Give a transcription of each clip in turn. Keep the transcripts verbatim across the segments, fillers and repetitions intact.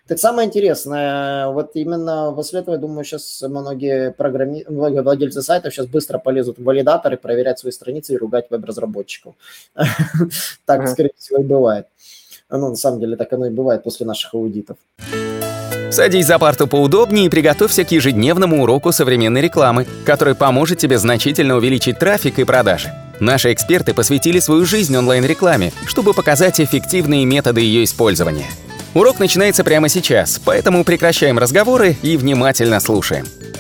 Так самое интересное, вот именно после этого, я думаю, сейчас многие программи... владельцы сайтов сейчас быстро полезут в валидаторы, проверять свои страницы и ругать веб-разработчиков. Так, скорее всего, и бывает. Ну, на самом деле, так оно и бывает после наших аудитов. Садись за парту поудобнее и приготовься к ежедневному уроку современной рекламы, который поможет тебе значительно увеличить трафик и продажи. Наши эксперты посвятили свою жизнь онлайн-рекламе, чтобы показать эффективные методы ее использования. Урок начинается прямо сейчас, поэтому прекращаем разговоры и внимательно слушаем.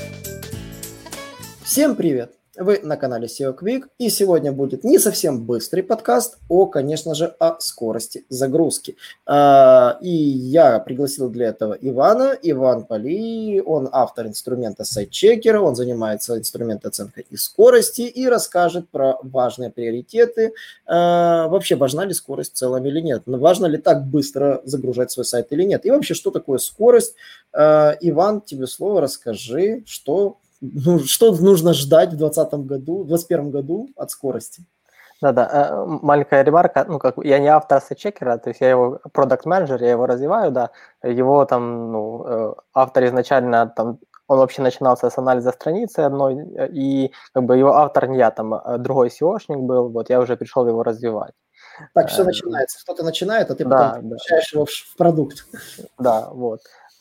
Всем привет! Вы на канале эс и о Quick, и сегодня будет не совсем быстрый подкаст о, конечно же, о скорости загрузки. И я пригласил для этого Ивана, Иван Поли, он автор инструмента SiteChecker, он занимается инструментом оценки и скорости и расскажет про важные приоритеты. Вообще, важна ли скорость в целом или нет? Важно ли так быстро загружать свой сайт или нет? И вообще, что такое скорость? Иван, тебе слово, расскажи, что... Ну, что нужно ждать в двадцатом году, в двадцать первом году от скорости? Да-да, маленькая ремарка, ну, как я не автор SiteChecker, то есть я его продакт-менеджер, я его развиваю, да, его там, ну, автор изначально, там, он вообще начинался с анализа страницы одной, и как бы его автор не я, там, другой эс и о-шник был, вот, я уже пришел его развивать. Так, все начинается, кто-то начинает, а ты да, потом да. включаешь его в продукт. Да, вот.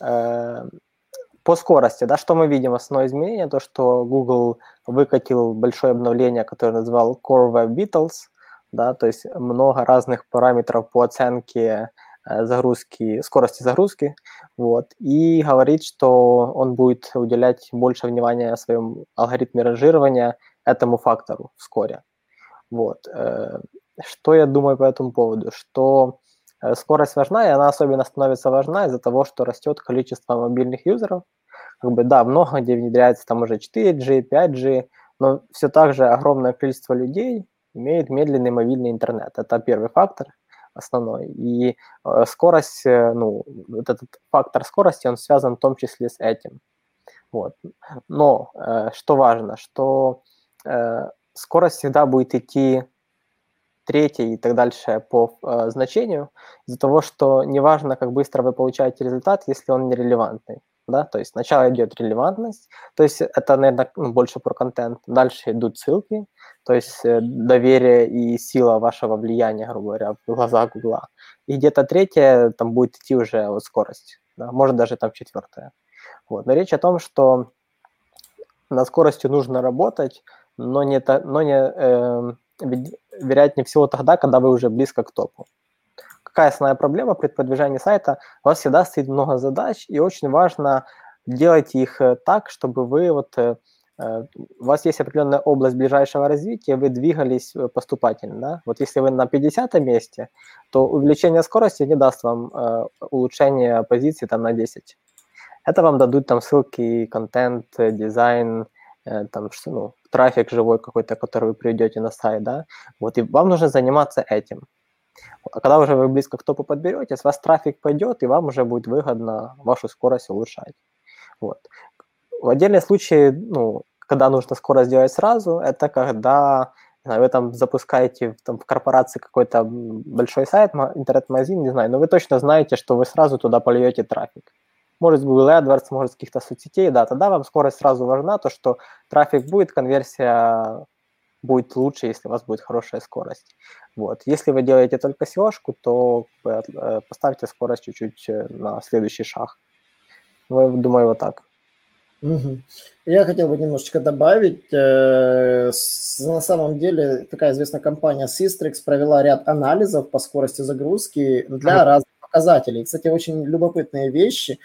По скорости, да, что мы видим? Основное изменение, то, что Google выкатил большое обновление, которое назвал Core Web Vitals, да, то есть много разных параметров по оценке загрузки, скорости загрузки, вот, и говорит, что он будет уделять больше внимания в своем алгоритме ранжирования этому фактору вскоре. Вот. Что я думаю по этому поводу? Что скорость важна, и она особенно становится важна из-за того, что растет количество мобильных юзеров. Как бы, да, много где внедряется там уже четыре джи, пять джи, но все так же огромное количество людей имеет медленный мобильный интернет. Это первый фактор основной. И э, скорость, э, ну, вот этот фактор скорости, он связан в том числе с этим. Вот. Но э, что важно, что э, скорость всегда будет идти третьей и так дальше по э, значению, из-за того, что неважно, как быстро вы получаете результат, если он нерелевантный. Да? То есть сначала идет релевантность, то есть это, наверное, ну, больше про контент. Дальше идут ссылки, то есть э, доверие и сила вашего влияния, грубо говоря, в глазах Гугла. И где-то третье, там будет идти уже вот скорость, да? Может даже там четвертое. Вот. Но речь о том, что над скоростью нужно работать, но не, но не э, вероятнее всего тогда, когда вы уже близко к топу. Какая основная проблема при продвижении сайта? У вас всегда стоит много задач, и очень важно делать их так, чтобы вы вот, э, у вас есть определенная область ближайшего развития, вы двигались поступательно. Да? Вот если вы на пятидесятом месте, то увеличение скорости не даст вам э, улучшения позиции там, на десять. Это вам дадут там ссылки, контент, дизайн, э, там, что, ну, трафик живой какой-то, который вы приведете на сайт. Да? Вот, и вам нужно заниматься этим. А когда уже вы близко к топу подберетесь, у вас трафик пойдет, и вам уже будет выгодно вашу скорость улучшать. Вот. В отдельные случаи, ну, когда нужно скорость делать сразу, это когда вы там запускаете там, в корпорации какой-то большой сайт, интернет-магазин, не знаю, но вы точно знаете, что вы сразу туда польете трафик. Может, с Google AdWords, может, с каких-то соцсетей, да, тогда вам скорость сразу важна, то, что трафик будет, конверсия будет лучше, если у вас будет хорошая скорость. Вот. Если вы делаете только эс и о-шку, то поставьте скорость чуть-чуть на следующий шаг. Ну, думаю, вот так. Угу. Я хотел бы немножечко добавить. На самом деле, такая известная компания Systrix провела ряд анализов по скорости загрузки для разных показателей. Кстати, очень любопытные вещи.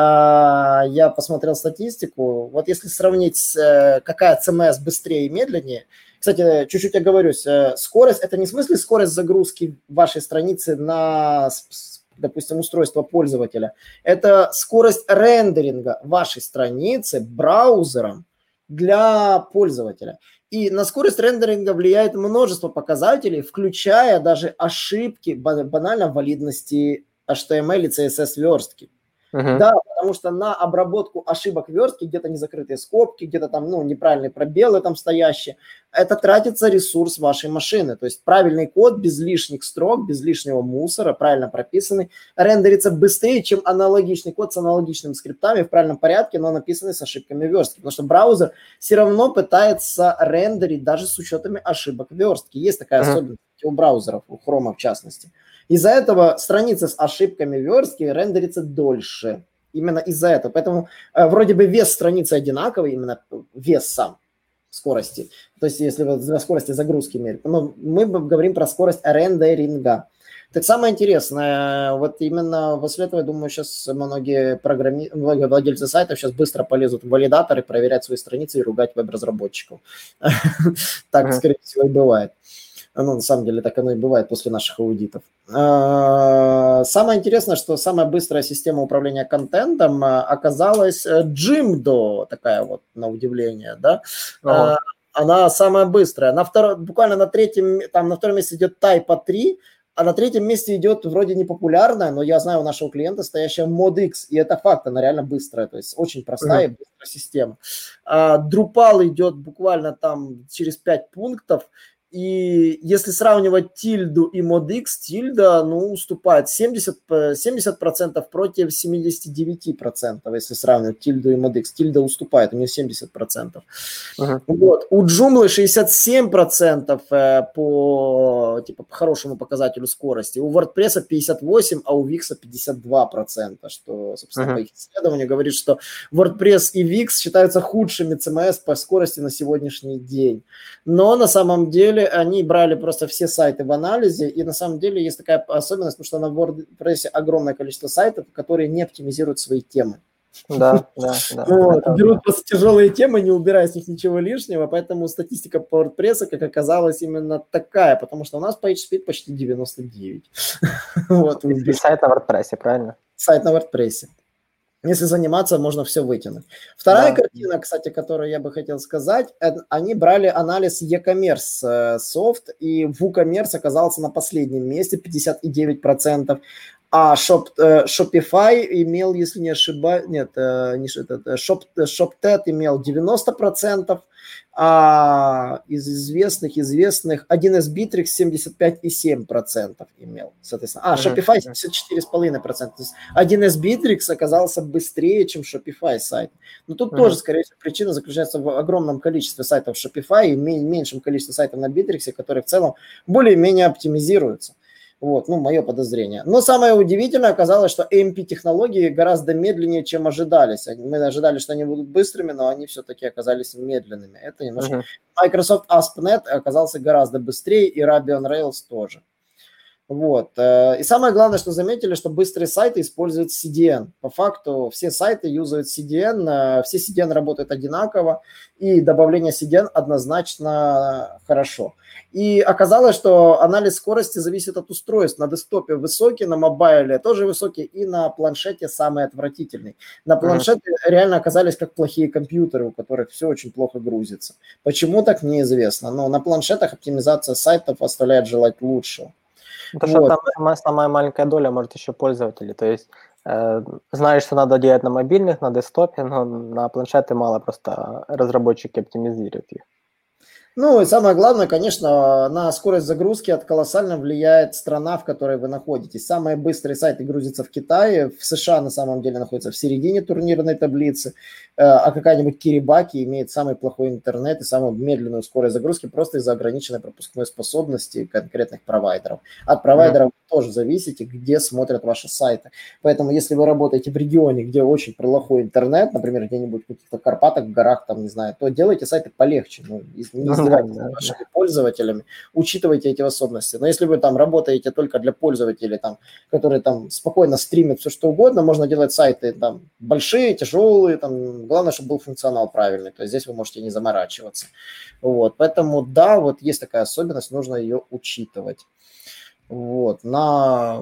Я посмотрел статистику. Вот если сравнить, какая си эм эс быстрее и медленнее, кстати, чуть-чуть оговорюсь, скорость – это не в смысле скорость загрузки вашей страницы на, допустим, устройство пользователя. Это скорость рендеринга вашей страницы браузером для пользователя. И на скорость рендеринга влияет множество показателей, включая даже ошибки банально валидности эйч ти эм эль и си эс эс верстки. Uh-huh. Да, потому что на обработку ошибок верстки, где-то незакрытые скобки, где-то там, ну, неправильные пробелы там стоящие, это тратится ресурс вашей машины. То есть правильный код без лишних строк, без лишнего мусора, правильно прописанный, рендерится быстрее, чем аналогичный код с аналогичными скриптами в правильном порядке, но написанный с ошибками верстки. Потому что браузер все равно пытается рендерить даже с учетами ошибок верстки. Есть такая uh-huh. особенность у браузеров, у Chrome в частности. Из-за этого страница с ошибками верстки рендерится дольше. Именно из-за этого. Поэтому э, вроде бы вес страницы одинаковый, именно вес сам скорости. То есть если вот за скорости загрузки мерить. Но мы говорим про скорость рендеринга. Так самое интересное, вот именно после этого, я думаю, сейчас многие программи... владельцы сайтов сейчас быстро полезут в валидаторы, проверять свои страницы и ругать веб-разработчиков. Так, скорее всего, и бывает. Ну, на самом деле, так оно и бывает после наших аудитов. Самое интересное, что самая быстрая система управления контентом оказалась Jimdo, такая вот, на удивление, да. Ага. Она самая быстрая. На втором, буквально на третьем, там на втором месте идет Typo три, а на третьем месте идет вроде непопулярная, но я знаю у нашего клиента стоящая ModX, и это факт, она реально быстрая, то есть очень простая и быстрая система. Drupal идет буквально там через пять пунктов. И если сравнивать тильду и ModX, тильда, ну, уступает семьдесят, семьдесят процентов против семьдесят девять процентов, если сравнивать тильду и ModX. Тильда уступает, у нее семьдесят процентов. Uh-huh. Вот. У Joomla шестьдесят семь процентов по, типа, по хорошему показателю скорости, у WordPress пятьдесят восемь процентов, а у Wix пятьдесят два процента, что, собственно, uh-huh. по их исследованию говорит, что WordPress и Wix считаются худшими си эм эс по скорости на сегодняшний день. Но на самом деле они брали просто все сайты в анализе, и на самом деле есть такая особенность, потому что на WordPress огромное количество сайтов, которые не оптимизируют свои темы. Да, да, да. Вот, берут просто тяжелые темы, не убирая с них ничего лишнего, поэтому статистика по WordPress, как оказалось, именно такая, потому что у нас PageSpeed почти девяносто девять. Вот, и сайт на WordPress, правильно? Сайт на WordPress. Если заниматься, можно все вытянуть. Вторая да. картина, кстати, которую я бы хотел сказать, это, они брали анализ e-commerce софт, и WooCommerce оказался на последнем месте, пятьдесят девять процентов, а Shop, Shopify имел, если не ошибаюсь, нет, не это, Shop, ShopTet имел девяносто процентов, а из известных, известных один эс Bittrex семьдесят пять целых семь десятых процента имел, соответственно. А, Shopify семьдесят четыре целых пять десятых процента. То есть один эс Bittrex оказался быстрее, чем Shopify сайт. Но тут uh-huh. тоже, скорее всего, причина заключается в огромном количестве сайтов Shopify и меньшем количестве сайтов на Bittrex, которые в целом более-менее оптимизируются. Вот, ну, мое подозрение. Но самое удивительное оказалось, что эй эм пи-технологии гораздо медленнее, чем ожидались. Мы ожидали, что они будут быстрыми, но они все-таки оказались медленными. Это немножко... Uh-huh. Microsoft эй эй пи точка нет оказался гораздо быстрее, и Ruby on Rails тоже. Вот. И самое главное, что заметили, что быстрые сайты используют си ди эн. По факту все сайты юзают си ди эн, все си ди эн работают одинаково, и добавление си ди эн однозначно хорошо. И оказалось, что анализ скорости зависит от устройств. На десктопе высокий, на мобайле тоже высокий, и на планшете самый отвратительный. На планшете mm-hmm. реально оказались как плохие компьютеры, у которых все очень плохо грузится. Почему так, неизвестно. Но на планшетах оптимизация сайтов оставляет желать лучшего. Потому вот. Что там самая, самая маленькая доля, может, еще пользователи. То есть э, знаешь, что надо делать на мобильных, на десктопе, но на планшеты мало просто разработчики оптимизируют их. Ну и самое главное, конечно, на скорость загрузки это колоссально влияет страна, в которой вы находитесь. Самые быстрые сайты грузятся в Китае, в США на самом деле находятся в середине турнирной таблицы, а какая-нибудь Кирибаки имеет самый плохой интернет и самую медленную скорость загрузки просто из-за ограниченной пропускной способности конкретных провайдеров. От провайдеров mm-hmm. тоже зависите, где смотрят ваши сайты. Поэтому если вы работаете в регионе, где очень плохой интернет, например, где-нибудь в каких-то Карпатах, в горах, там, не знаю, то делайте сайты полегче, ну, не с вашими пользователями, учитывайте эти особенности. Но если вы там работаете только для пользователей, там, которые там спокойно стримят все что угодно, можно делать сайты там большие, тяжелые, там, главное, чтобы был функционал правильный, то есть здесь вы можете не заморачиваться. Вот, поэтому да, вот есть такая особенность, нужно ее учитывать. Вот, на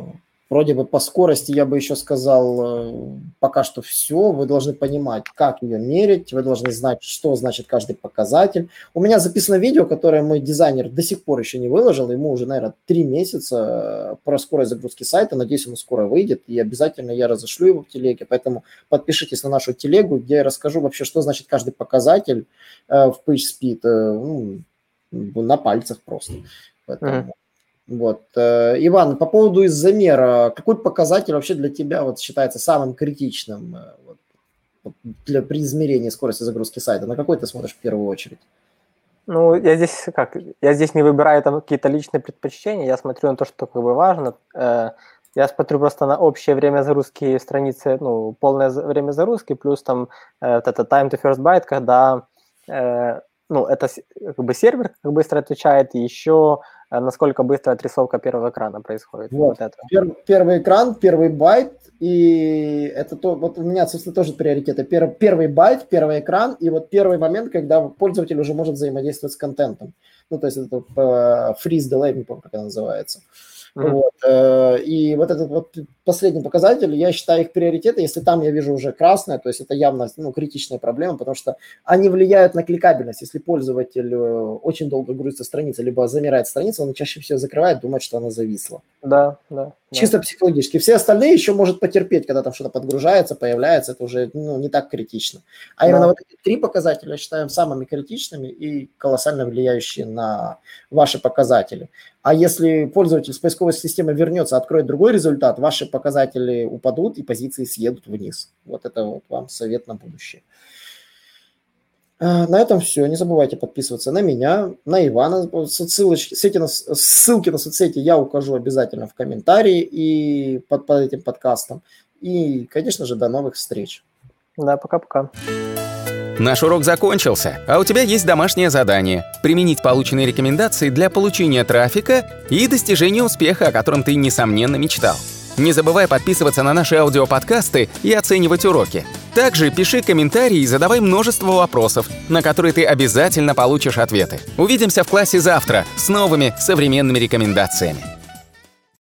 Вроде бы по скорости я бы еще сказал, пока что все. Вы должны понимать, как ее мерить, вы должны знать, что значит каждый показатель. У меня записано видео, которое мой дизайнер до сих пор еще не выложил. Ему уже, наверное, три месяца про скорость загрузки сайта. Надеюсь, ему скоро выйдет. И обязательно я разошлю его в телеге. Поэтому подпишитесь на нашу телегу, где я расскажу вообще, что значит каждый показатель в PageSpeed. Ну, на пальцах просто. Поэтому... Mm-hmm. Вот. Иван, по поводу замера, какой показатель вообще для тебя вот считается самым критичным вот, для, при измерении скорости загрузки сайта? На какой ты смотришь в первую очередь? Ну, я здесь как, я здесь не выбираю там какие-то личные предпочтения, я смотрю на то, что как бы важно. Я смотрю просто на общее время загрузки страницы, ну, полное время загрузки, плюс там вот это time to first byte, когда ну, это как бы сервер как быстро отвечает, и еще насколько быстро отрисовка первого экрана происходит. Вот, вот это. Пер, первый экран, первый байт, и это то, вот у меня, собственно, тоже приоритеты. Пер, первый байт, первый экран, и вот первый момент, когда пользователь уже может взаимодействовать с контентом. Ну, то есть это uh, freeze delay, не помню, как это называется. Mm-hmm. Вот, и вот этот вот последний показатель, я считаю их приоритеты, если там я вижу уже красное, то есть это явно ну, критичная проблема, потому что они влияют на кликабельность. Если пользователь очень долго грузится страница, либо замирает страница, он чаще всего закрывает, думает, что она зависла. Да, да. Чисто да. психологически. Все остальные еще может потерпеть, когда там что-то подгружается, появляется, это уже ну, не так критично. А да. именно вот эти три показателя я считаю самыми критичными и колоссально влияющие на ваши показатели. А если пользователь с поисковой системы вернется, откроет другой результат, ваши показатели упадут и позиции съедут вниз. Вот это вот вам совет на будущее. На этом все. Не забывайте подписываться на меня, на Ивана. Ссылочки, ссылки на соцсети я укажу обязательно в комментарии и под, под этим подкастом. И, конечно же, до новых встреч. Да, пока-пока. Наш урок закончился, а у тебя есть домашнее задание – применить полученные рекомендации для получения трафика и достижения успеха, о котором ты, несомненно, мечтал. Не забывай подписываться на наши аудиоподкасты и оценивать уроки. Также пиши комментарии и задавай множество вопросов, на которые ты обязательно получишь ответы. Увидимся в классе завтра с новыми современными рекомендациями.